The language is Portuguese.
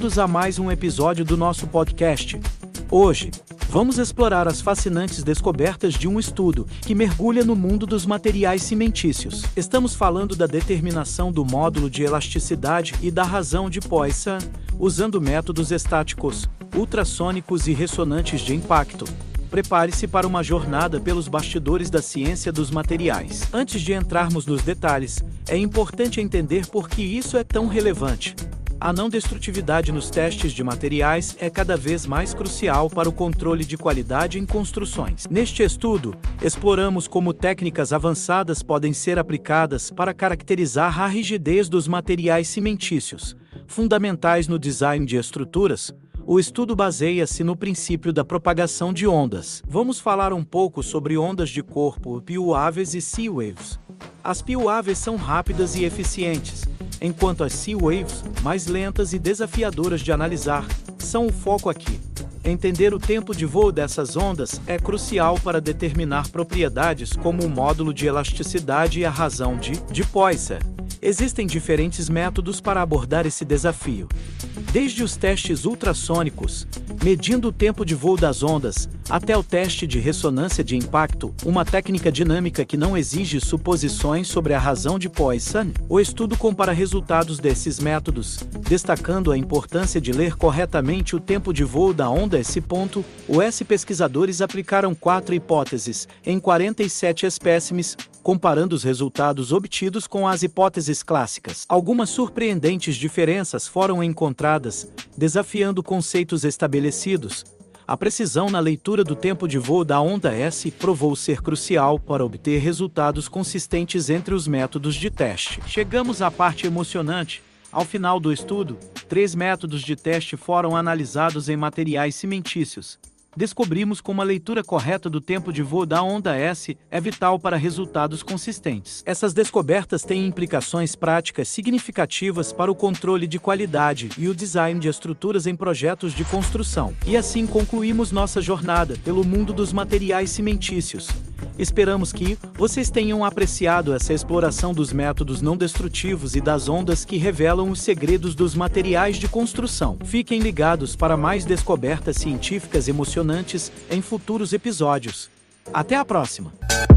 Bem-vindos a mais um episódio do nosso podcast. Hoje, vamos explorar as fascinantes descobertas de um estudo que mergulha no mundo dos materiais cimentícios. Estamos falando da determinação do módulo de elasticidade e da razão de Poisson, usando métodos estáticos, ultrassônicos e ressonantes de impacto. Prepare-se para uma jornada pelos bastidores da ciência dos materiais. Antes de entrarmos nos detalhes, é importante entender por que isso é tão relevante. A não destrutividade nos testes de materiais é cada vez mais crucial para o controle de qualidade em construções. Neste estudo, exploramos como técnicas avançadas podem ser aplicadas para caracterizar a rigidez dos materiais cimentícios, fundamentais no design de estruturas. O estudo baseia-se no princípio da propagação de ondas. Vamos falar um pouco sobre ondas de corpo, P-Waves e C-Waves. As P-Waves são rápidas e eficientes, enquanto as C-Waves, mais lentas e desafiadoras de analisar, são o foco aqui. Entender o tempo de voo dessas ondas é crucial para determinar propriedades como o módulo de elasticidade e a razão de Poisson. Existem diferentes métodos para abordar esse desafio. Desde os testes ultrassônicos, medindo o tempo de voo das ondas, até o teste de ressonância de impacto, uma técnica dinâmica que não exige suposições sobre a razão de Poisson, o estudo compara resultados desses métodos, destacando a importância de ler corretamente o tempo de voo da onda. Os pesquisadores aplicaram 4 hipóteses em 47 espécimes, comparando os resultados obtidos com as hipóteses clássicas. Algumas surpreendentes diferenças foram encontradas, desafiando conceitos estabelecidos. A precisão na leitura do tempo de voo da onda S provou ser crucial para obter resultados consistentes entre os métodos de teste. Chegamos à parte emocionante. Ao final do estudo, 3 métodos de teste foram analisados em materiais cimentícios. Descobrimos como a leitura correta do tempo de voo da onda S é vital para resultados consistentes. Essas descobertas têm implicações práticas significativas para o controle de qualidade e o design de estruturas em projetos de construção. E assim concluímos nossa jornada pelo mundo dos materiais cimentícios. Esperamos que vocês tenham apreciado essa exploração dos métodos não destrutivos e das ondas que revelam os segredos dos materiais de construção. Fiquem ligados para mais descobertas científicas emocionantes em futuros episódios. Até a próxima!